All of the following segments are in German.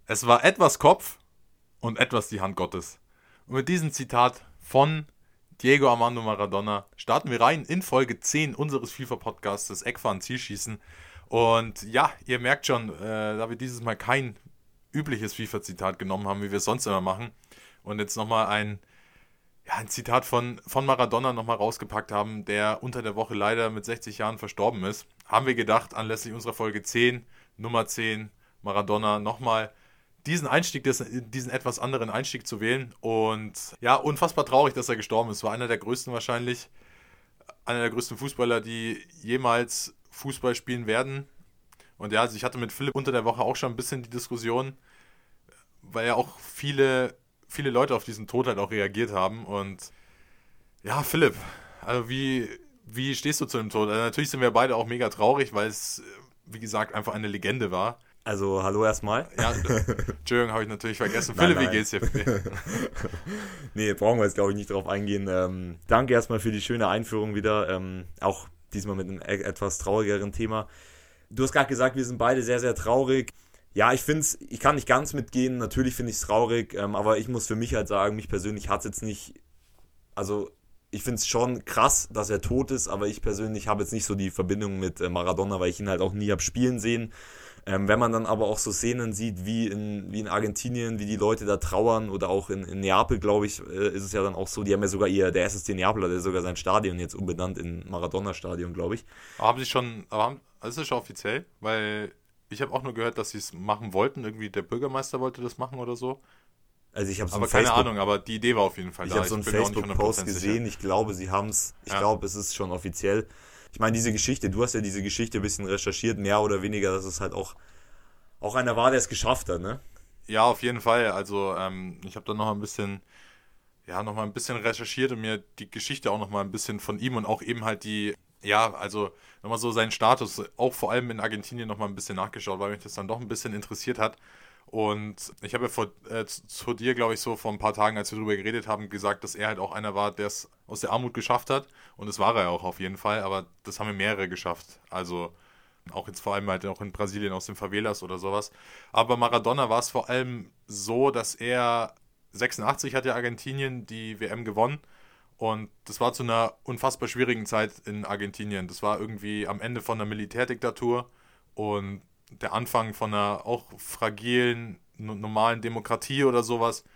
Es war etwas Kopf und etwas die Hand Gottes. Und mit diesem Zitat von Diego Armando Maradona starten wir rein in Folge 10 unseres FIFA-Podcasts, das Eckfahren Zielschießen. Und ja, ihr merkt schon, da wir dieses Mal kein übliches FIFA-Zitat genommen haben, wie wir es sonst immer machen, und jetzt nochmal ein Zitat von Maradona nochmal rausgepackt haben, der unter der Woche leider mit 60 Jahren verstorben ist, haben wir gedacht, anlässlich unserer Folge 10, Nummer 10, Maradona, nochmal diesen diesen etwas anderen Einstieg zu wählen. Und ja, unfassbar traurig, dass er gestorben ist. War einer der größten wahrscheinlich, einer der größten Fußballer, die jemals Fußball spielen werden. Und ja, also ich hatte mit Philipp unter der Woche auch schon ein bisschen die Diskussion, weil ja auch viele Leute auf diesen Tod halt auch reagiert haben. Und ja, Philipp, also wie stehst du zu dem Tod? Also natürlich sind wir beide auch mega traurig, weil es, wie gesagt, einfach eine Legende war. Also, hallo erstmal. Ja, Entschuldigung, habe ich natürlich vergessen. Nein, Philipp, wie nein. geht's dir? Nee, brauchen wir jetzt, glaube ich, nicht drauf eingehen. Danke erstmal für die schöne Einführung wieder. Auch diesmal mit einem etwas traurigeren Thema. Du hast gerade gesagt, wir sind beide sehr, sehr traurig. Ja, ich kann nicht ganz mitgehen. Natürlich finde ich es traurig, aber ich muss für mich halt sagen, mich persönlich hat es jetzt nicht. Also, ich finde es schon krass, dass er tot ist, aber ich persönlich habe jetzt nicht so die Verbindung mit Maradona, weil ich ihn halt auch nie habe spielen sehen. Wenn man dann aber auch so Szenen sieht, wie in Argentinien, wie die Leute da trauern, oder auch in Neapel, glaube ich, ist es ja dann auch so, die haben ja sogar der SSC Neapel hat ja sogar sein Stadion jetzt umbenannt in Maradona-Stadion, glaube ich. Also ist es schon offiziell? Weil ich habe auch nur gehört, dass sie es machen wollten. Irgendwie der Bürgermeister wollte das machen oder so. Also ich habe so Aber ein keine Facebook, Ahnung, aber die Idee war auf jeden Fall ich da. habe so einen bin mir auch nicht Facebook-Post 100% gesehen, sicher. ich glaube, sie haben es, ich Ja. glaube, es ist schon offiziell. Ich meine, diese Geschichte, du hast ja diese Geschichte ein bisschen recherchiert, mehr oder weniger, dass es halt auch einer war, der es geschafft hat, ne? Ja, auf jeden Fall. Also ich habe dann noch noch mal ein bisschen recherchiert und mir die Geschichte auch noch mal ein bisschen von ihm und auch eben halt also nochmal so seinen Status, auch vor allem in Argentinien noch mal ein bisschen nachgeschaut, weil mich das dann doch ein bisschen interessiert hat. Und ich habe ja zu dir, glaube ich, so vor ein paar Tagen, als wir darüber geredet haben, gesagt, dass er halt auch einer war, der es aus der Armut geschafft hat. Und das war er ja auch auf jeden Fall, aber das haben ja mehrere geschafft. Also auch jetzt vor allem halt auch in Brasilien aus den Favelas oder sowas. Aber Maradona war es vor allem so, dass er 86 hat ja Argentinien die WM gewonnen. Und das war zu einer unfassbar schwierigen Zeit in Argentinien. Das war irgendwie am Ende von einer Militärdiktatur und der Anfang von einer auch fragilen, normalen Demokratie oder sowas.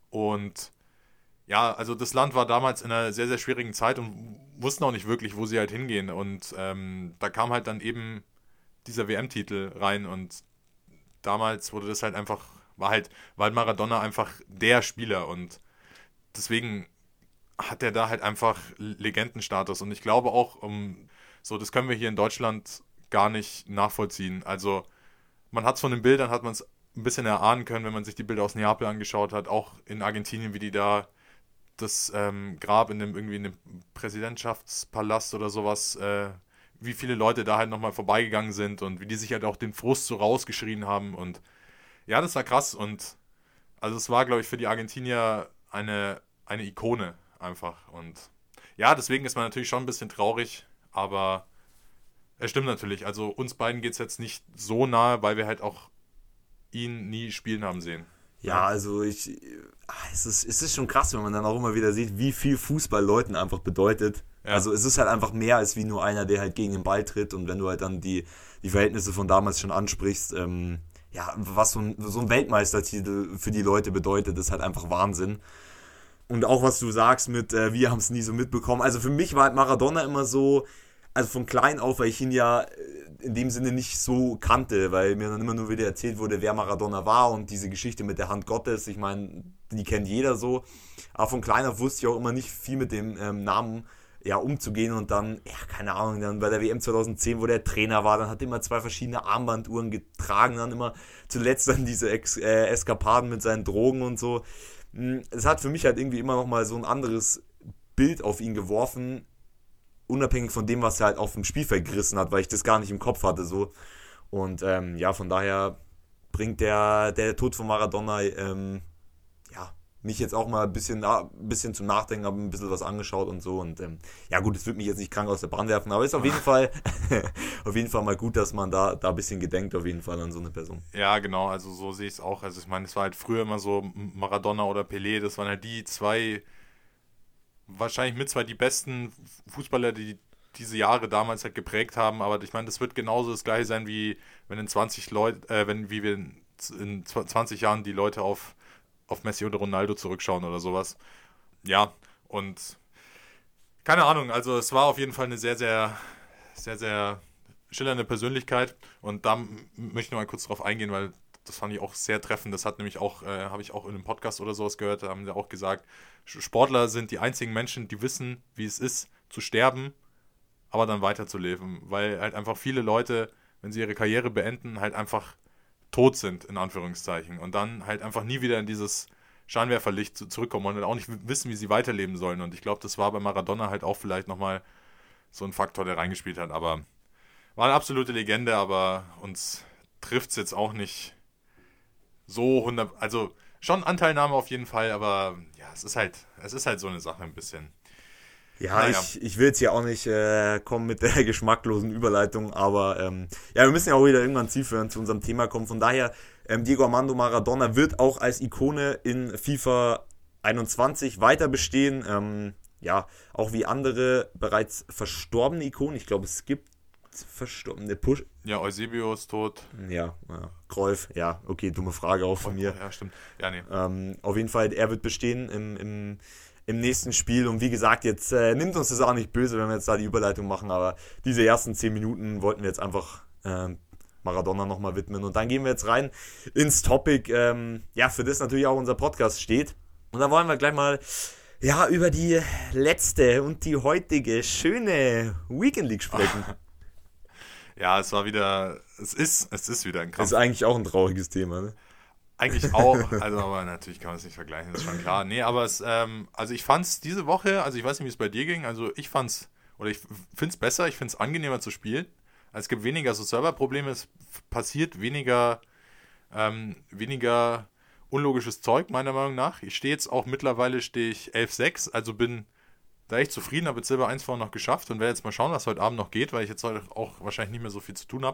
Und ja, also das Land war damals in einer sehr, sehr schwierigen Zeit und wussten auch nicht wirklich, wo sie halt hingehen. Und da kam halt dann eben dieser WM-Titel rein und damals wurde das halt einfach, war halt Maradona einfach der Spieler und deswegen hat er da halt einfach Legendenstatus und ich glaube auch, so das können wir hier in Deutschland gar nicht nachvollziehen. Also man hat es von den Bildern, hat man es ein bisschen erahnen können, wenn man sich die Bilder aus Neapel angeschaut hat, auch in Argentinien, wie die da das Grab irgendwie in dem Präsidentschaftspalast oder sowas, wie viele Leute da halt nochmal vorbeigegangen sind und wie die sich halt auch den Frust so rausgeschrien haben und ja, das war krass und also es war, glaube ich, für die Argentinier eine Ikone einfach und ja, deswegen ist man natürlich schon ein bisschen traurig, aber es stimmt natürlich, also uns beiden geht es jetzt nicht so nahe, weil wir halt auch ihn nie spielen haben sehen. Ja, also es ist schon krass, wenn man dann auch immer wieder sieht, wie viel Fußball Leuten einfach bedeutet. Ja. Also es ist halt einfach mehr als wie nur einer, der halt gegen den Ball tritt, und wenn du halt dann die Verhältnisse von damals schon ansprichst, was so ein Weltmeistertitel für die Leute bedeutet, ist halt einfach Wahnsinn. Und auch was du sagst mit, wir haben es nie so mitbekommen. Also für mich war halt Maradona immer so, also von klein auf, weil ich ihn ja in dem Sinne nicht so kannte, weil mir dann immer nur wieder erzählt wurde, wer Maradona war, und diese Geschichte mit der Hand Gottes, ich meine, die kennt jeder so. Aber von klein auf wusste ich auch immer nicht viel mit dem Namen umzugehen, und dann, keine Ahnung, dann bei der WM 2010, wo der Trainer war, dann hat er immer 2 verschiedene Armbanduhren getragen, dann immer zuletzt dann diese Eskapaden mit seinen Drogen und so. Es hat für mich halt irgendwie immer noch mal so ein anderes Bild auf ihn geworfen, unabhängig von dem, was er halt auf dem Spielfeld gerissen hat, weil ich das gar nicht im Kopf hatte so. Und von daher bringt der Tod von Maradona mich jetzt auch mal ein bisschen zum Nachdenken, habe ein bisschen was angeschaut und so. Und ja gut, es wird mich jetzt nicht krank aus der Bahn werfen, aber ist auf jeden Fall auf jeden Fall mal gut, dass man da ein bisschen gedenkt, auf jeden Fall an so eine Person. Ja, genau, also so sehe ich es auch. Also ich meine, es war halt früher immer so Maradona oder Pelé, das waren halt die zwei, wahrscheinlich mit zwei die besten Fußballer, die diese Jahre damals halt geprägt haben. Aber ich meine, das wird genauso das gleiche sein, wie wenn in 20 Leute, wie wir in 20 Jahren die Leute auf Messi oder Ronaldo zurückschauen oder sowas. Ja, und keine Ahnung, also es war auf jeden Fall eine sehr, sehr, sehr, sehr schillernde Persönlichkeit und da möchte ich noch mal kurz drauf eingehen, weil das fand ich auch sehr treffend. Das hat nämlich auch, habe ich auch in einem Podcast oder sowas gehört, da haben sie auch gesagt, Sportler sind die einzigen Menschen, die wissen, wie es ist, zu sterben, aber dann weiterzuleben, weil halt einfach viele Leute, wenn sie ihre Karriere beenden, halt einfach tot sind, in Anführungszeichen, und dann halt einfach nie wieder in dieses Scheinwerferlicht zurückkommen und auch nicht wissen, wie sie weiterleben sollen. Und ich glaube, das war bei Maradona halt auch vielleicht nochmal so ein Faktor, der reingespielt hat. Aber war eine absolute Legende, aber uns trifft es jetzt auch nicht so 100, also schon Anteilnahme auf jeden Fall, aber ja, es ist halt so eine Sache ein bisschen. Ja, Naja. ich will jetzt hier auch nicht kommen mit der geschmacklosen Überleitung, aber ja, wir müssen ja auch wieder irgendwann zielführend zu unserem Thema kommen. Von daher, Diego Armando Maradona wird auch als Ikone in FIFA 21 weiter bestehen. Ja, auch wie andere bereits verstorbene Ikonen. Ich glaube, es gibt verstorbene Push. Ja, Eusebio ist tot. Ja, Cruyff, ja, okay, dumme Frage auch von mir. Ja, stimmt. Ja, nee. Auf jeden Fall, er wird bestehen im nächsten Spiel. Und wie gesagt, jetzt nimmt uns das auch nicht böse, wenn wir jetzt da die Überleitung machen, aber diese ersten 10 Minuten wollten wir jetzt einfach Maradona nochmal widmen. Und dann gehen wir jetzt rein ins Topic, ja, für das natürlich auch unser Podcast steht. Und da wollen wir gleich mal ja, über die letzte und die heutige schöne Weekend League sprechen. Ja, es ist wieder ein Das Kampf. ist eigentlich auch ein trauriges Thema, ne? Eigentlich auch, also aber natürlich kann man es nicht vergleichen, das ist schon klar. Nee, aber also ich fand's diese Woche, also ich weiß nicht, wie es bei dir ging, also ich find's besser, ich find's angenehmer zu spielen. Also es gibt weniger so Serverprobleme, es passiert weniger unlogisches Zeug, meiner Meinung nach. Mittlerweile stehe ich 11-6, also bin da echt zufrieden, habe jetzt Silber 1 vorhin noch geschafft und werde jetzt mal schauen, was heute Abend noch geht, weil ich jetzt heute auch wahrscheinlich nicht mehr so viel zu tun habe.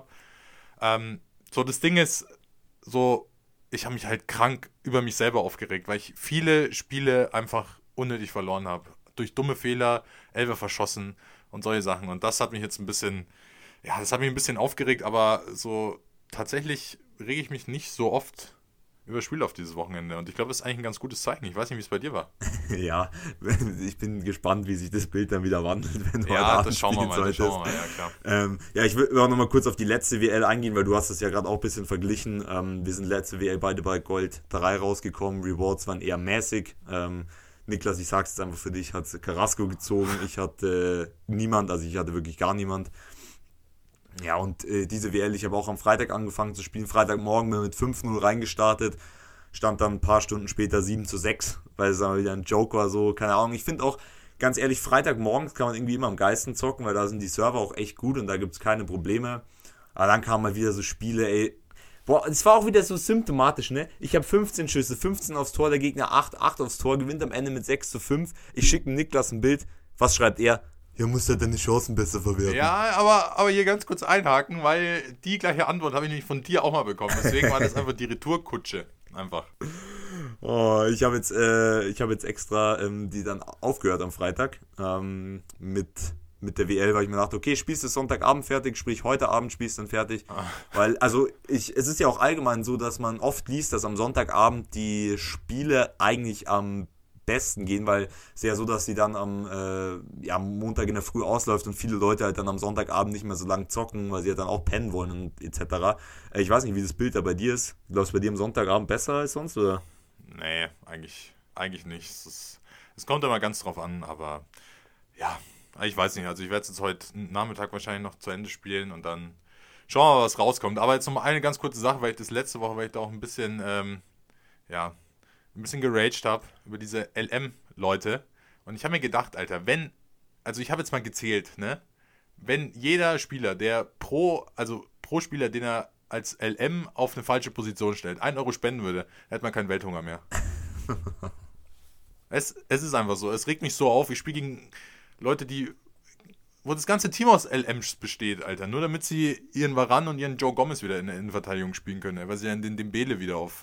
So, das Ding ist, so, ich habe mich halt krank über mich selber aufgeregt, weil ich viele Spiele einfach unnötig verloren habe. Durch dumme Fehler, Elfer verschossen und solche Sachen. Und das hat mich jetzt ein bisschen, ja, das hat mich ein bisschen aufgeregt, aber so tatsächlich rege ich mich nicht so oft über Spiele auf dieses Wochenende. Und ich glaube, das ist eigentlich ein ganz gutes Zeichen. Ich weiß nicht, wie es bei dir war. Ja, ich bin gespannt, wie sich das Bild dann wieder wandelt, wenn du heute Ja, Abend das schauen wir mal, solltest. ja, klar. Ja, ich will auch nochmal kurz auf die letzte WL eingehen, weil du hast es ja gerade auch ein bisschen verglichen. Wir sind letzte WL beide bei Gold 3 rausgekommen. Rewards waren eher mäßig. Niklas, ich sag's jetzt einfach für dich, hat Carrasco gezogen. Ich hatte niemand, also ich hatte wirklich gar niemand. Ja, und diese WL, ich habe auch am Freitag angefangen zu spielen. Freitagmorgen bin mit 5-0 reingestartet. Stand dann ein paar Stunden später 7-6, weil es dann wieder ein Joke war, so, keine Ahnung. Ich finde auch, ganz ehrlich, Freitagmorgens kann man irgendwie immer am geilsten zocken, weil da sind die Server auch echt gut und da gibt es keine Probleme. Aber dann kamen mal wieder so Spiele, ey. Boah, es war auch wieder so symptomatisch, ne? Ich habe 15 Schüsse, 15 aufs Tor, der Gegner 8 aufs Tor, gewinnt am Ende mit 6-5. Ich schicke Niklas ein Bild. Was schreibt er? Ja, musst du deine Chancen besser verwerten. Ja, aber hier ganz kurz einhaken, weil die gleiche Antwort habe ich nämlich von dir auch mal bekommen. Deswegen war das einfach die Retourkutsche. Einfach. Oh, ich habe jetzt extra die dann aufgehört am Freitag mit der WL, weil ich mir dachte, okay, spielst du Sonntagabend fertig, sprich heute Abend spielst du dann fertig. Weil, also es ist ja auch allgemein so, dass man oft liest, dass am Sonntagabend die Spiele eigentlich am besten gehen, weil es ja so, dass sie dann am Montag in der Früh ausläuft und viele Leute halt dann am Sonntagabend nicht mehr so lang zocken, weil sie halt dann auch pennen wollen und etc. Ich weiß nicht, wie das Bild da bei dir ist. Glaubst du bei dir am Sonntagabend besser als sonst, oder? Nee, eigentlich nicht. Es kommt immer ganz drauf an, aber ja, ich weiß nicht. Also ich werde es jetzt heute Nachmittag wahrscheinlich noch zu Ende spielen und dann schauen wir mal, was rauskommt. Aber jetzt noch mal eine ganz kurze Sache, weil ich das letzte Woche, weil ich da auch ein bisschen geraged habe über diese LM-Leute. Und ich habe mir gedacht, Alter, also ich habe jetzt mal gezählt, ne? Wenn jeder Spieler, der pro Spieler, den er als LM auf eine falsche Position stellt, 1 Euro spenden würde, hätte man keinen Welthunger mehr. Es ist einfach so. Es regt mich so auf. Ich spiele gegen Leute, wo das ganze Team aus LMs besteht, Alter. Nur damit sie ihren Varane und ihren Joe Gomez wieder in der Innenverteidigung spielen können. Weil sie ja den Dembele wieder auf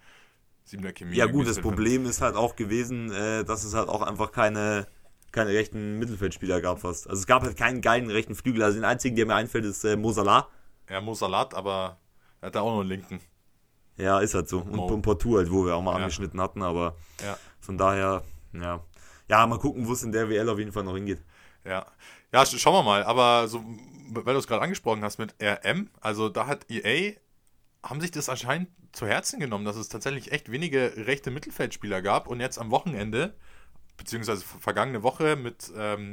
7er Chemie. Ja gut, das Problem ist halt auch gewesen, dass es halt auch einfach keine rechten Mittelfeldspieler gab fast. Also es gab halt keinen geilen rechten Flügel. Also den einzigen, der mir einfällt, ist Mo Salah. Ja, Mo Salah, aber er hat da auch noch einen linken. Ja, ist halt so. Und Porto halt, wo wir auch mal angeschnitten hatten, aber von daher, ja. Ja, mal gucken, wo es in der WL auf jeden Fall noch hingeht. Ja, schauen wir mal. Aber so, weil du es gerade angesprochen hast mit RM, also da hat EA, haben sich das anscheinend zu Herzen genommen, dass es tatsächlich echt wenige rechte Mittelfeldspieler gab und jetzt am Wochenende beziehungsweise vergangene Woche mit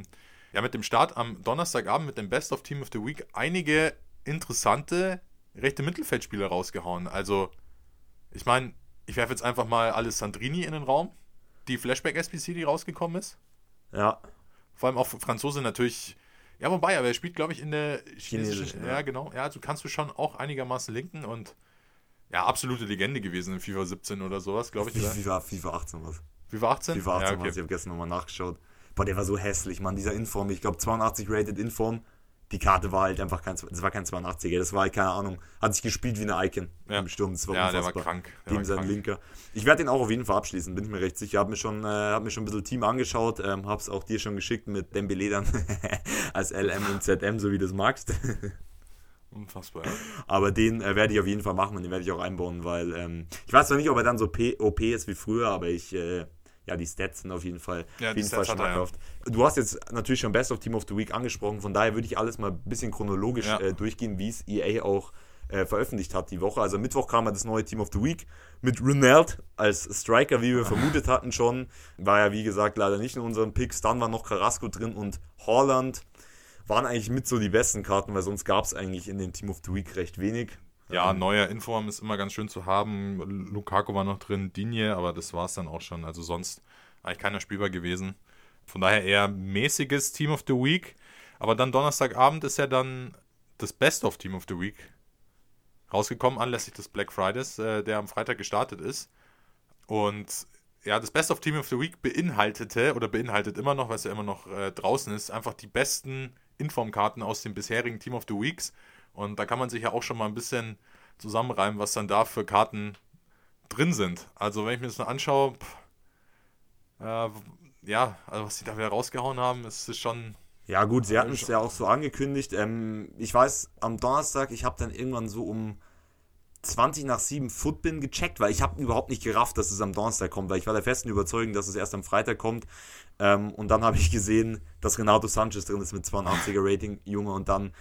dem Start am Donnerstagabend mit dem Best of Team of the Week einige interessante rechte Mittelfeldspieler rausgehauen. Also, ich meine, ich werfe jetzt einfach mal Alessandrini in den Raum, die Flashback-SBC, die rausgekommen ist. Ja. Vor allem auch Franzose natürlich, ja, wobei, aber er spielt, glaube ich, in der chinesischen. Ja, genau. Ja, also kannst du schon auch einigermaßen linken und ja, absolute Legende gewesen in FIFA 17 oder sowas, glaube ich. FIFA 18 was. FIFA 18? FIFA 18 ja, okay. was, ich habe gestern nochmal nachgeschaut. Boah, der war so hässlich, Mann, dieser Inform, ich glaube 82 rated Inform, die Karte war halt einfach das war kein 82er, das war halt, keine Ahnung, hat sich gespielt wie eine Icon im Sturm, das war unfassbar. Der war krank. Dem sein Linker. Ich werde den auch auf jeden Fall abschließen, bin ich mir recht sicher, hab mir schon ein bisschen Team angeschaut, hab's auch dir schon geschickt mit Dembele dann als LM und ZM, so wie du es magst. Unfassbar, ja. Aber den werde ich auf jeden Fall machen und den werde ich auch einbauen, weil ich weiß zwar nicht, ob er dann so OP ist wie früher, aber die Stats sind auf jeden Fall, schmackhaft. Du hast jetzt natürlich schon Best of Team of the Week angesprochen, von daher würde ich alles mal ein bisschen chronologisch durchgehen, wie es EA auch veröffentlicht hat die Woche. Also Mittwoch kam das neue Team of the Week mit Ronaldo als Striker, wie wir vermutet hatten schon. War ja, wie gesagt, leider nicht in unseren Picks. Dann war noch Carrasco drin und Haaland. Waren eigentlich mit so die besten Karten, weil sonst gab es eigentlich in dem Team of the Week recht wenig. Ja, neuer Inform ist immer ganz schön zu haben. Lukaku war noch drin, Digne, aber das war es dann auch schon. Also sonst eigentlich keiner spielbar gewesen. Von daher eher mäßiges Team of the Week. Aber dann Donnerstagabend ist ja dann das Best of Team of the Week rausgekommen, anlässlich des Black Fridays, der am Freitag gestartet ist. Und ja, das Best of Team of the Week beinhaltet immer noch, weil es ja immer noch draußen ist, einfach die besten Informkarten aus den bisherigen Team of the Weeks. Und da kann man sich ja auch schon mal ein bisschen zusammenreimen, was dann da für Karten drin sind. Also wenn ich mir das mal anschaue, also was die da wieder rausgehauen haben, ist schon... Ja gut, sie hatten es ja auch so angekündigt. Ich weiß, am Donnerstag, ich habe dann irgendwann so um 20 nach 7 Footbin gecheckt, weil ich habe überhaupt nicht gerafft, dass es am Donnerstag kommt, weil ich war der festen Überzeugung, dass es erst am Freitag kommt. Und dann habe ich gesehen, dass Renato Sanchez drin ist mit 82er Rating, Junge, und dann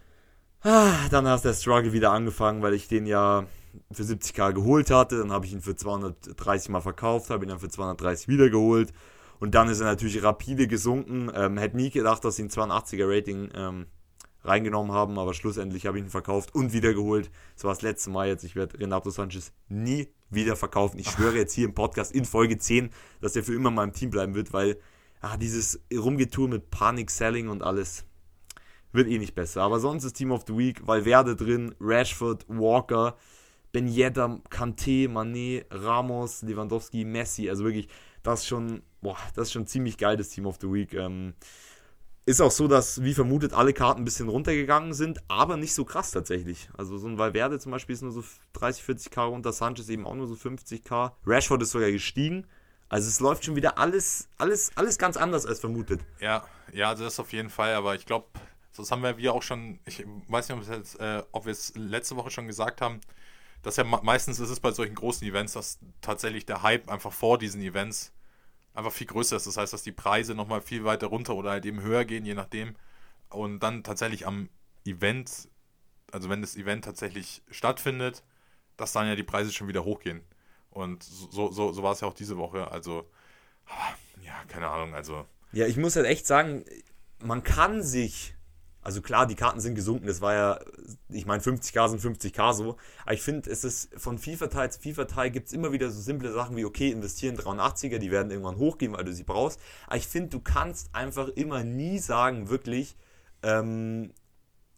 hat der Struggle wieder angefangen, weil ich den ja für 70k geholt hatte. Dann habe ich ihn für 230 mal verkauft, habe ihn dann für 230 wieder geholt. Und dann ist er natürlich rapide gesunken. Hätte nie gedacht, dass sie ein 82er Rating reingenommen haben, aber schlussendlich habe ich ihn verkauft und wieder geholt. Das war das letzte Mal jetzt. Ich werde Renato Sanchez nie wieder verkaufen. Ich schwöre jetzt hier im Podcast in Folge 10, dass er für immer in meinem Team bleiben wird, weil dieses Rumgetour mit Panik-Selling und alles wird eh nicht besser. Aber sonst ist Team of the Week Valverde drin, Rashford, Walker, Ben Yedder, Kanté, Mané, Ramos, Lewandowski, Messi. Also wirklich, das ist schon ziemlich geil, das Team of the Week. Ist auch so, dass, wie vermutet, alle Karten ein bisschen runtergegangen sind, aber nicht so krass tatsächlich. Also so ein Valverde zum Beispiel ist nur so 30, 40k runter, Sanchez eben auch nur so 50k. Rashford ist sogar gestiegen. Also es läuft schon wieder alles ganz anders als vermutet. Ja, also das auf jeden Fall, aber ich glaube, das haben wir auch schon, ich weiß nicht, ob wir es letzte Woche schon gesagt haben, dass ja meistens ist es bei solchen großen Events, dass tatsächlich der Hype einfach vor diesen Events einfach viel größer ist. Das heißt, dass die Preise nochmal viel weiter runter oder halt eben höher gehen, je nachdem. Und dann tatsächlich am Event, also wenn das Event tatsächlich stattfindet, dass dann ja die Preise schon wieder hochgehen. Und so war es ja auch diese Woche. Also, ja, keine Ahnung. Also. Ja, ich muss halt echt sagen, man kann sich... Also klar, die Karten sind gesunken, das war ja, ich meine 50k sind 50k so, aber ich finde, es ist von FIFA-Teil zu FIFA-Teil gibt es immer wieder so simple Sachen wie, okay, investieren 83er, die werden irgendwann hochgehen, weil du sie brauchst, aber ich finde, du kannst einfach immer nie sagen, wirklich 100%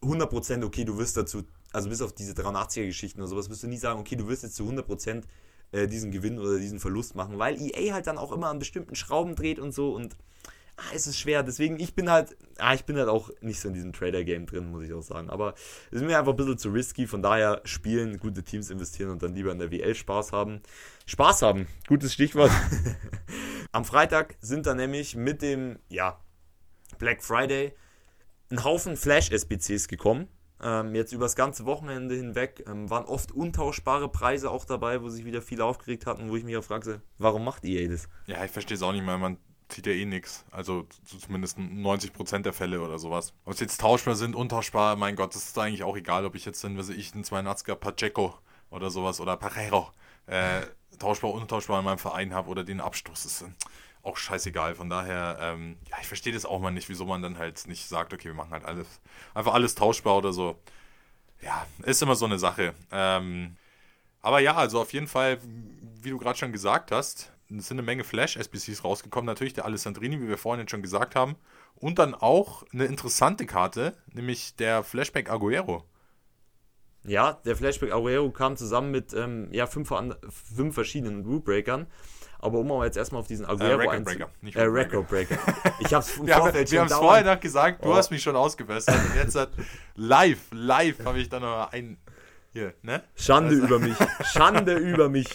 okay, du wirst dazu, also bis auf diese 83er-Geschichten oder sowas, wirst du nie sagen, okay, du wirst jetzt zu 100% diesen Gewinn oder diesen Verlust machen, weil EA halt dann auch immer an bestimmten Schrauben dreht und so und es ist schwer, deswegen, ich bin halt auch nicht so in diesem Trader-Game drin, muss ich auch sagen, aber es ist mir einfach ein bisschen zu risky, von daher spielen, gute Teams investieren und dann lieber in der WL Spaß haben. Spaß haben, gutes Stichwort. Am Freitag sind dann nämlich mit dem, Black Friday ein Haufen Flash-SBCs gekommen. Jetzt über das ganze Wochenende hinweg waren oft untauschbare Preise auch dabei, wo sich wieder viele aufgeregt hatten, wo ich mich auch fragte, warum macht EA das? Ja, ich verstehe es auch nicht mehr, man zieht ja eh nichts. Also zumindest 90% der Fälle oder sowas. Ob es jetzt tauschbar sind, untauschbar, mein Gott, das ist eigentlich auch egal, ob ich jetzt einen 82er Pacheco oder sowas oder Parejo tauschbar, untauschbar in meinem Verein habe oder den Abstoß. Das ist auch scheißegal. Von daher, ich verstehe das auch mal nicht, wieso man dann halt nicht sagt, okay, wir machen halt alles, einfach alles tauschbar oder so. Ja, ist immer so eine Sache. Aber ja, also auf jeden Fall, wie du gerade schon gesagt hast, es sind eine Menge Flash-SBCs rausgekommen. Natürlich der Alessandrini, wie wir vorhin jetzt schon gesagt haben. Und dann auch eine interessante Karte, nämlich der Flashback Aguero. Ja, der Flashback Aguero kam zusammen mit 5 verschiedenen Rulebreakern. Aber um auch jetzt erstmal auf diesen Aguero Record-Breaker. Ich hab's im wir haben es vorher noch gesagt, du hast mich schon ausgebessert. Und jetzt live habe ich dann noch hier, ne? Schande über mich.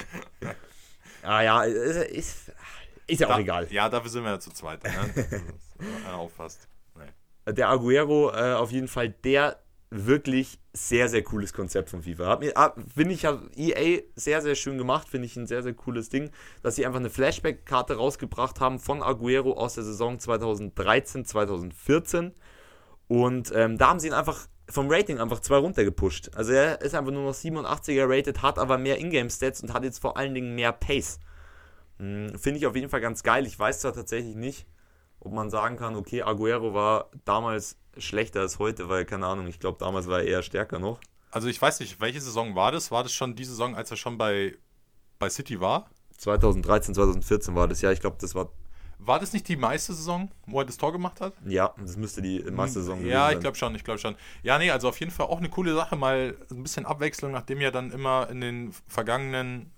Ist ja auch egal. Ja, dafür sind wir ja zu zweit. Ne? Einer aufpasst. Nee. Der Aguero, auf jeden Fall der wirklich sehr, sehr cooles Konzept von FIFA. Finde ich, EA sehr, sehr schön gemacht. Finde ich ein sehr, sehr cooles Ding, dass sie einfach eine Flashback-Karte rausgebracht haben von Aguero aus der Saison 2013, 2014. Und da haben sie ihn einfach vom Rating einfach 2 runtergepusht. Also er ist einfach nur noch 87er rated, hat aber mehr Ingame-Stats und hat jetzt vor allen Dingen mehr Pace. Finde ich auf jeden Fall ganz geil. Ich weiß zwar tatsächlich nicht, ob man sagen kann, okay, Aguero war damals schlechter als heute, weil, keine Ahnung, ich glaube, damals war er eher stärker noch. Also ich weiß nicht, welche Saison war das? War das schon die Saison, als er schon bei City war? 2013, 2014 war das, ja, ich glaube, das war... War das nicht die Meistersaison, wo er das Tor gemacht hat? Ja, das müsste die Meistersaison gewesen sein. Ja, ich glaube schon. Ja, nee, also auf jeden Fall auch eine coole Sache, mal ein bisschen Abwechslung, nachdem ja dann immer in den vergangenen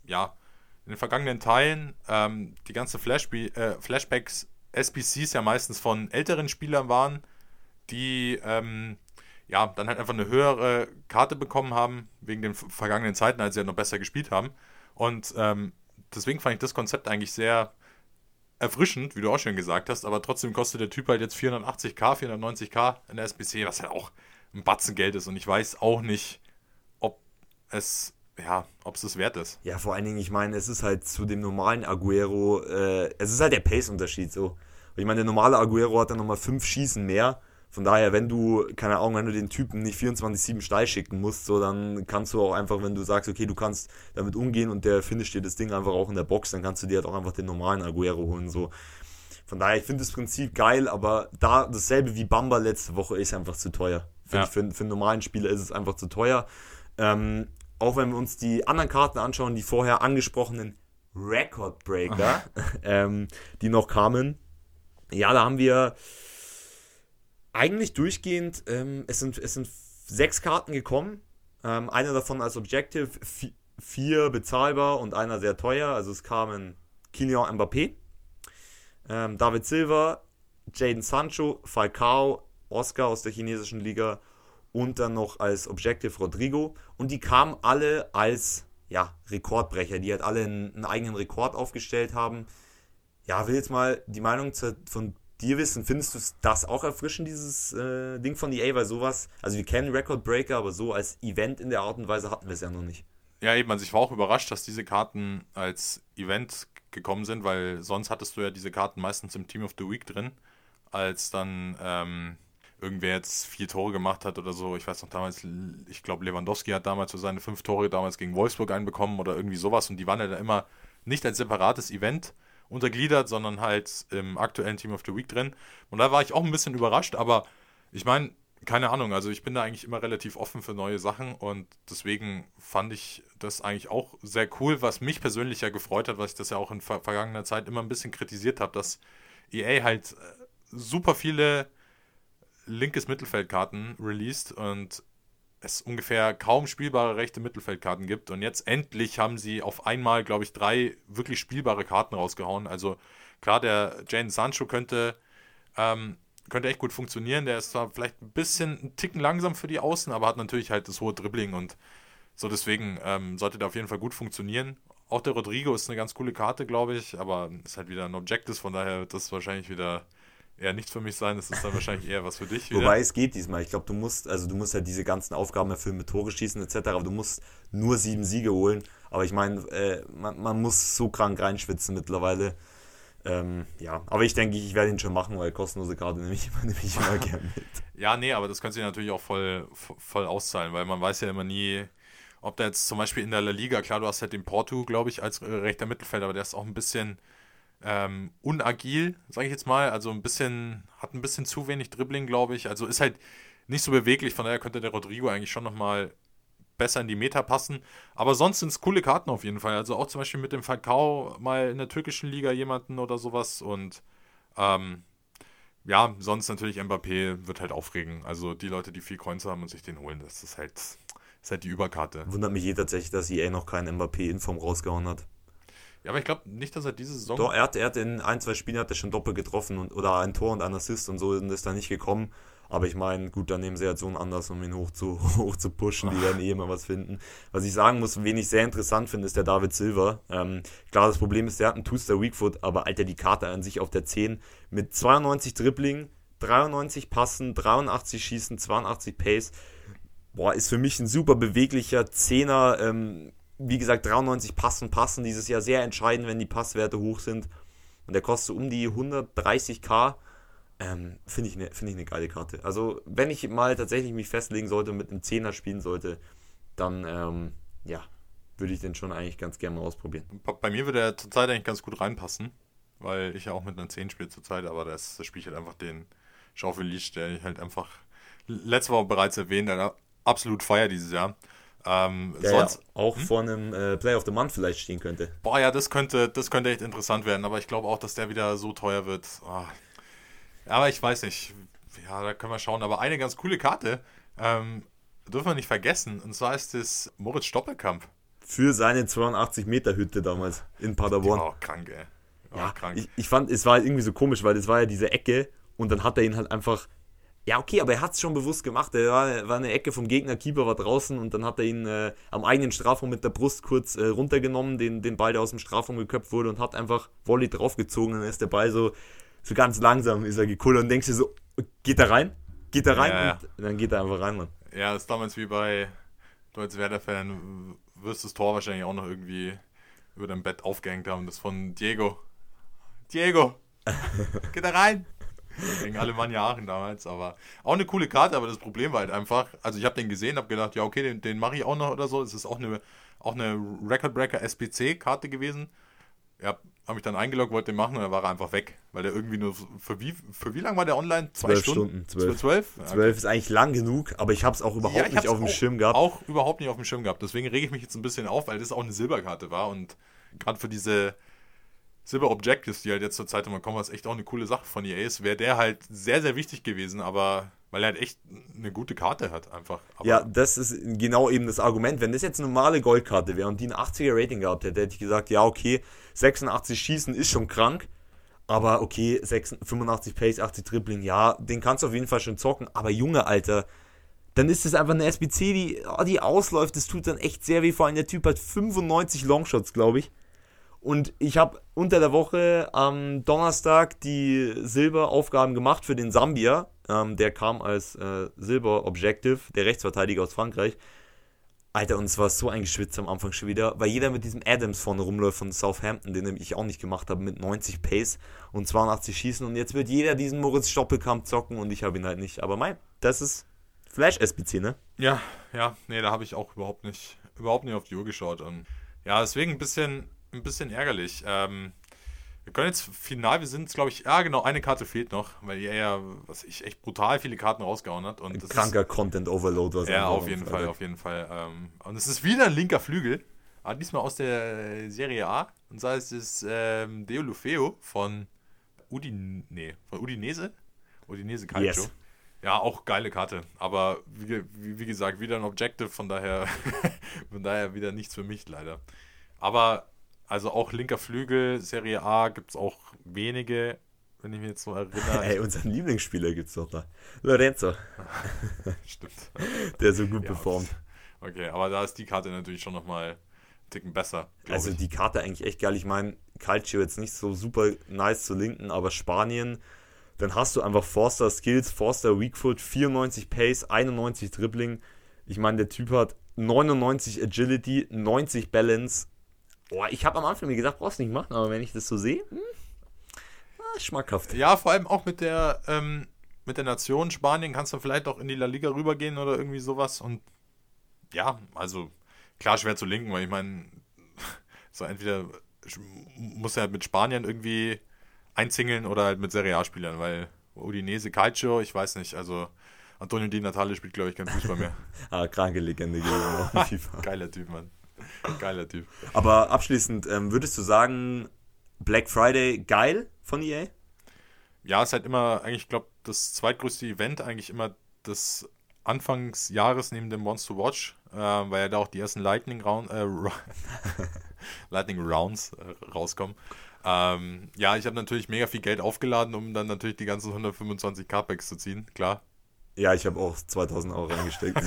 Teilen die ganze Flashbacks, SBCs ja meistens von älteren Spielern waren, die dann halt einfach eine höhere Karte bekommen haben, wegen den vergangenen Zeiten, als sie ja noch besser gespielt haben. Und deswegen fand ich das Konzept eigentlich sehr erfrischend, wie du auch schon gesagt hast, aber trotzdem kostet der Typ halt jetzt 480k, 490k in der SBC, was halt auch ein Batzen Geld ist. Und ich weiß auch nicht, ob es das wert ist. Ja, vor allen Dingen, ich meine, es ist halt zu dem normalen Aguero, es ist halt der Pace-Unterschied so. Und ich meine, der normale Aguero hat dann nochmal 5 Schießen mehr. Von daher, wenn du den Typen nicht 24/7 steil schicken musst, so, dann kannst du auch einfach, wenn du sagst, okay, du kannst damit umgehen und der finisht dir das Ding einfach auch in der Box, dann kannst du dir halt auch einfach den normalen Aguero holen, so. Von daher, ich finde das Prinzip geil, aber da dasselbe wie Bamba letzte Woche ist einfach zu teuer. Für einen normalen Spieler ist es einfach zu teuer. Auch wenn wir uns die anderen Karten anschauen, die vorher angesprochenen Record Breaker, die noch kamen, ja, da haben wir eigentlich durchgehend, es sind 6 Karten gekommen, eine davon als Objective, 4 bezahlbar und einer sehr teuer, also es kamen Kylian Mbappé, David Silva, Jadon Sancho, Falcao, Oscar aus der chinesischen Liga und dann noch als Objective Rodrigo, und die kamen alle als Rekordbrecher, die halt alle einen eigenen Rekord aufgestellt haben. Ja, will jetzt mal die Meinung von dir wissen, findest du das auch erfrischend, dieses Ding von EA, weil sowas, also wir kennen Record Breaker, aber so als Event in der Art und Weise hatten wir es ja noch nicht. Ja, eben, also ich war auch überrascht, dass diese Karten als Event gekommen sind, weil sonst hattest du ja diese Karten meistens im Team of the Week drin, als dann irgendwer jetzt 4 Tore gemacht hat oder so. Ich weiß noch damals, ich glaube Lewandowski hat damals so seine 5 Tore damals gegen Wolfsburg einbekommen oder irgendwie sowas, und die waren ja dann immer nicht als separates Event untergliedert, sondern halt im aktuellen Team of the Week drin. Und da war ich auch ein bisschen überrascht, aber ich meine, keine Ahnung, also ich bin da eigentlich immer relativ offen für neue Sachen, und deswegen fand ich das eigentlich auch sehr cool, was mich persönlich ja gefreut hat, was ich das ja auch in vergangener Zeit immer ein bisschen kritisiert habe, dass EA halt super viele linkes Mittelfeldkarten released, und es ungefähr kaum spielbare rechte Mittelfeldkarten gibt. Und jetzt endlich haben sie auf einmal, glaube ich, 3 wirklich spielbare Karten rausgehauen. Also klar, der Jadon Sancho könnte echt gut funktionieren. Der ist zwar vielleicht ein Ticken langsam für die Außen, aber hat natürlich halt das hohe Dribbling und so, deswegen sollte der auf jeden Fall gut funktionieren. Auch der Rodrigo ist eine ganz coole Karte, glaube ich, aber ist halt wieder ein Objectives, von daher wird das wahrscheinlich wieder eher nicht für mich sein. Das ist dann wahrscheinlich eher was für dich wieder. Wobei es geht diesmal. Ich glaube, du musst halt diese ganzen Aufgaben erfüllen mit Tore schießen etc., aber du musst nur 7 Siege holen. Aber ich meine, man muss so krank reinschwitzen mittlerweile. Ja, aber ich denke, ich werde ihn schon machen, weil kostenlose Karte nehme ich immer gerne mit. Ja, nee, aber das könnte sich natürlich auch voll auszahlen, weil man weiß ja immer nie, ob da jetzt zum Beispiel in der La Liga, klar, du hast halt den Porto, glaube ich, als rechter Mittelfelder, aber der ist auch ein bisschen unagil, sage ich jetzt mal, also hat ein bisschen zu wenig Dribbling, glaube ich, also ist halt nicht so beweglich, von daher könnte der Rodrigo eigentlich schon nochmal besser in die Meta passen, aber sonst sind es coole Karten auf jeden Fall, also auch zum Beispiel mit dem Falcao mal in der türkischen Liga jemanden oder sowas und ja, sonst natürlich Mbappé wird halt aufregen, also die Leute, die viel Coins haben und sich den holen, das ist halt die Überkarte. Wundert mich tatsächlich, dass EA noch keinen Mbappé-Inform rausgehauen hat. Ja, aber ich glaube nicht, dass er diese Saison... Doch, er hat in 1-2 Spielen hat er schon doppelt getroffen oder ein Tor und ein Assist und so und ist da nicht gekommen. Aber ich meine, gut, dann nehmen sie halt so einen Anlass, um ihn hoch zu pushen. Die werden eh immer was finden. Was ich sagen muss, wen ich sehr interessant finde, ist der David Silva. Klar, das Problem ist, der hat einen Two-Star Weakfoot, aber Alter, die Karte an sich auf der 10 mit 92 Dribbling, 93 Passen, 83 Schießen, 82 Pace. Boah, ist für mich ein super beweglicher Zehner. Wie gesagt, 93 passen dieses Jahr sehr entscheidend, wenn die Passwerte hoch sind. Und der kostet um die 130k. Finde ich eine geile Karte. Also, wenn ich mal tatsächlich mich festlegen sollte und mit einem Zehner spielen sollte, dann, würde ich den schon eigentlich ganz gerne mal ausprobieren. Bei mir würde er zurzeit eigentlich ganz gut reinpassen, weil ich ja auch mit einer 10 spiele zurzeit, aber das spiele ich halt einfach den Schaufel-Leash, der ich halt einfach letzte Woche bereits erwähnt, der absolut feiert dieses Jahr. Der sonst auch vor einem Player of the Month vielleicht stehen könnte. Boah, ja, das könnte echt interessant werden, aber ich glaube auch, dass der wieder so teuer wird. Oh. Aber ich weiß nicht. Ja, da können wir schauen. Aber eine ganz coole Karte dürfen wir nicht vergessen. Und zwar ist es Moritz Stoppelkamp. Für seine 82-Meter-Hütte damals in Paderborn. Die war auch krank, ey. Ja, krank. Ich fand, es war irgendwie so komisch, weil das war ja diese Ecke und dann hat er ihn halt einfach... Ja, okay, aber er hat es schon bewusst gemacht. Er war eine Ecke vom Gegner, Keeper war draußen und dann hat er ihn am eigenen Strafraum mit der Brust kurz runtergenommen, den Ball, der aus dem Strafraum geköpft wurde und hat einfach Volley draufgezogen. Und dann ist der Ball so ganz langsam ist er gekullert und denkst dir so, geht er rein? Ja. Und dann geht er einfach rein, Mann. Ja, das ist damals wie bei, du als Werder-Fan wirst das Tor wahrscheinlich auch noch irgendwie über dein Bett aufgehängt haben. Das von Diego. Diego! Geht er rein! Gegen Alemannia Aachen damals, aber auch eine coole Karte, aber das Problem war halt einfach, also ich habe den gesehen, habe gedacht, ja okay, den mache ich auch noch oder so, es ist auch eine Record-Breaker SBC-Karte gewesen. Ja, habe mich dann eingeloggt, wollte den machen und dann war er einfach weg, weil der irgendwie nur, für wie lang war der online? 2 Stunden? 12? 12 ist eigentlich lang genug, aber ich habe es auch überhaupt nicht auf dem Schirm gehabt. Auch überhaupt nicht auf dem Schirm gehabt, deswegen rege ich mich jetzt ein bisschen auf, weil das auch eine Silberkarte war und gerade für diese Silber Objectives, die halt jetzt zur Zeit immer kommen, was echt auch eine coole Sache von EA ist, wäre der halt sehr, sehr wichtig gewesen, aber weil er halt echt eine gute Karte hat einfach. Aber ja, das ist genau eben das Argument. Wenn das jetzt eine normale Goldkarte wäre und die ein 80er Rating gehabt hätte, hätte ich gesagt, ja okay, 86 Schießen ist schon krank, aber okay, 85 Pace, 80 Dribbling, ja, den kannst du auf jeden Fall schon zocken, aber Junge, Alter, dann ist das einfach eine SBC, die ausläuft, das tut dann echt sehr weh, vor allem der Typ hat 95 Longshots, glaube ich. Und ich habe unter der Woche am Donnerstag die Silberaufgaben gemacht für den Sambia. Der kam als Silber-Objective, der Rechtsverteidiger aus Frankreich. Alter, und es war so eingeschwitzt am Anfang schon wieder, weil jeder mit diesem Adams vorne rumläuft von Southampton, den ich auch nicht gemacht habe, mit 90 Pace und 82 Schießen. Und jetzt wird jeder diesen Moritz Stoppelkamp zocken und ich habe ihn halt nicht. Aber das ist Flash-SBC, ne? Ja, nee, da habe ich auch überhaupt nicht auf die Uhr geschaut. Und ja, deswegen ein bisschen ärgerlich. Wir können jetzt final, wir sind jetzt, glaube ich, ja genau, eine Karte fehlt noch, weil er ja, was ich, echt brutal viele Karten rausgehauen hat. Und ein kranker Content-Overload, was er ja, auf jeden Fall. Und es ist wieder ein linker Flügel, aber diesmal aus der Serie A. Und zwar ist es Deulofeu von Udinese Calcio. Yes. Ja, auch geile Karte. Aber wie gesagt, wieder ein Objective, von daher, von daher wieder nichts für mich leider. Aber also auch linker Flügel, Serie A gibt es auch wenige, wenn ich mich jetzt so erinnere. Ey, unseren Lieblingsspieler gibt's doch da. Lorenzo. Stimmt. Der so gut Ja, performt. okay, aber da ist die Karte natürlich schon nochmal einen Ticken besser, glaube Also ich. die Karte eigentlich echt geil. Ich meine, Calcio jetzt nicht so super nice zu linken, aber Spanien, dann hast du einfach Forster Skills, Forster Weakfoot, 94 Pace, 91 Dribbling. Ich meine, der Typ hat 99 Agility, 90 Balance. Boah, ich habe am Anfang mir gedacht, brauchst du nicht machen, aber wenn ich das so sehe, schmackhaft. Ja, vor allem auch mit der Nation Spanien kannst du vielleicht auch in die La Liga rübergehen oder irgendwie sowas. Und ja, also klar schwer zu linken, weil ich meine, so entweder muss er halt mit Spaniern irgendwie einzingeln oder halt mit Serie A-Spielern, weil Udinese, Calcio, ich weiß nicht, also Antonio Di Natale spielt, glaube ich, kein Fußball mehr. Kranke Legende gewesen. FIFA. Geiler Typ, Mann. Geiler Typ. Aber abschließend, würdest du sagen, Black Friday geil von EA? Ja, ist halt immer, eigentlich, ich glaube, das zweitgrößte Event, eigentlich immer des Anfangsjahres neben dem Wants to Watch, weil ja da auch die ersten Lightning Rounds rauskommen. Ja, ich habe natürlich mega viel Geld aufgeladen, um dann natürlich die ganzen 125 Packs zu ziehen, klar. Ja, ich habe auch 2000 Euro reingesteckt.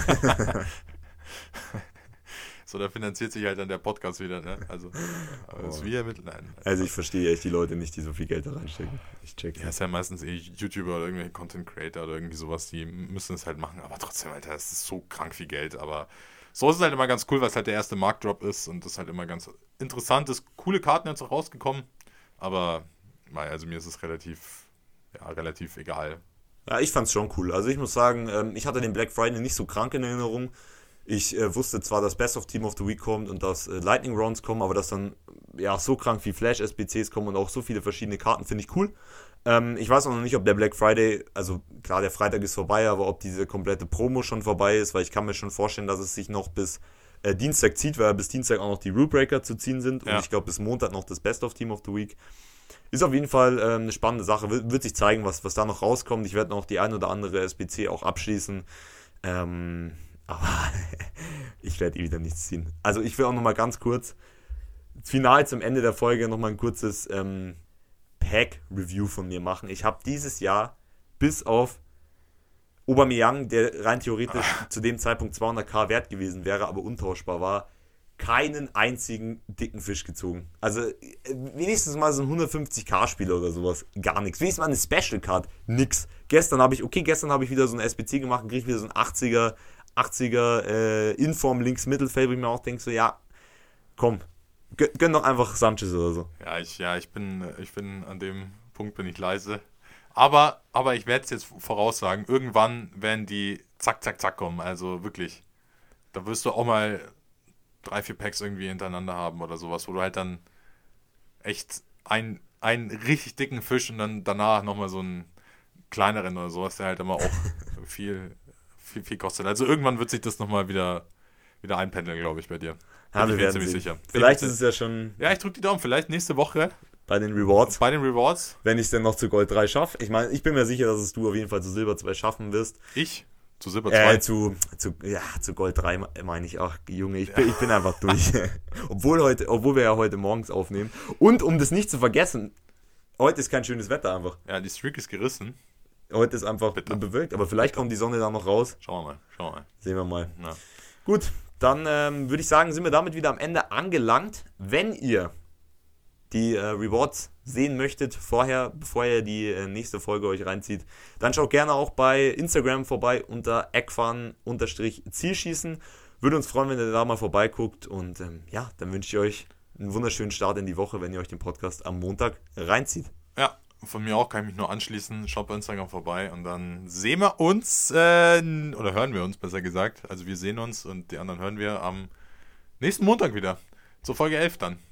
So, da finanziert sich halt dann der Podcast wieder, ne? Also, ist wie nein. Also ich verstehe echt die Leute nicht, die so viel Geld da reinstecken. Ich check's. Ja, ist ja meistens YouTuber oder irgendwelche Content Creator oder irgendwie sowas, die müssen es halt machen, aber trotzdem, Alter, es ist so krank viel Geld, aber so ist es halt immer ganz cool, weil es halt der erste Marktdrop ist und das halt immer ganz interessant ist. Coole Karten jetzt auch rausgekommen, aber also mir ist es relativ egal. Ja, ich fand's schon cool. Also ich muss sagen, ich hatte den Black Friday nicht so krank in Erinnerung. Ich wusste zwar, dass Best of Team of the Week kommt und dass Lightning Rounds kommen, aber dass dann ja so krank wie Flash-SBCs kommen und auch so viele verschiedene Karten, finde ich cool. Ich weiß auch noch nicht, ob der Black Friday, also klar, der Freitag ist vorbei, aber ob diese komplette Promo schon vorbei ist, weil ich kann mir schon vorstellen, dass es sich noch bis Dienstag zieht, weil bis Dienstag auch noch die Rule Breaker zu ziehen sind und ich glaube bis Montag noch das Best of Team of the Week. Ist auf jeden Fall eine spannende Sache, wird sich zeigen, was da noch rauskommt. Ich werde noch die ein oder andere SBC auch abschließen. Aber ich werde wieder nichts ziehen. Also ich will auch nochmal ganz kurz, final zum Ende der Folge nochmal ein kurzes Pack-Review von mir machen. Ich habe dieses Jahr bis auf Aubameyang, der rein theoretisch zu dem Zeitpunkt 200.000 wert gewesen wäre, aber untauschbar war, keinen einzigen dicken Fisch gezogen. Also wenigstens mal so ein 150.000-Spieler oder sowas. Gar nichts. Wenigstens mal eine Special Card. Nix. Gestern habe ich wieder so ein SBC gemacht und kriege wieder so ein 80er Inform links Mittelfeld, wo ich mir auch denke, so ja, komm, gönn doch einfach Sanchez oder so. Ich bin an dem Punkt bin ich leise. Aber ich werde es jetzt voraussagen, irgendwann werden die zack, zack, zack kommen. Also wirklich, da wirst du auch mal 3-4 Packs irgendwie hintereinander haben oder sowas, wo du halt dann echt einen richtig dicken Fisch und dann danach nochmal so einen kleineren oder sowas, der halt immer auch viel kostet. Also irgendwann wird sich das nochmal wieder einpendeln, glaube ich, bei dir. Ja, wir werden ziemlich sicher. Vielleicht ist es ja schon... Ja, ich drücke die Daumen. Vielleicht nächste Woche. Bei den Rewards. Wenn ich es denn noch zu Gold 3 schaffe. Ich meine, ich bin mir sicher, dass es du auf jeden Fall zu Silber 2 schaffen wirst. Ich? Zu Silber 2? Zu Gold 3 meine ich. Ach, Junge, ich bin einfach durch. Obwohl wir ja heute morgens aufnehmen. Und um das nicht zu vergessen, heute ist kein schönes Wetter einfach. Ja, die Streak ist gerissen. Heute ist einfach bewölkt, aber vielleicht kommt die Sonne da noch raus. Schauen wir mal. Sehen wir mal. Ja. Gut, dann würde ich sagen, sind wir damit wieder am Ende angelangt. Wenn ihr die Rewards sehen möchtet, bevor ihr die nächste Folge euch reinzieht, dann schaut gerne auch bei Instagram vorbei unter eckfahren_Zielschießen. Würde uns freuen, wenn ihr da mal vorbeiguckt und dann wünsche ich euch einen wunderschönen Start in die Woche, wenn ihr euch den Podcast am Montag reinzieht. Ja, von mir auch, kann ich mich nur anschließen. Schaut bei Instagram vorbei und dann sehen wir uns, oder hören wir uns besser gesagt. Also wir sehen uns und die anderen hören wir am nächsten Montag wieder. Zur Folge 11 dann.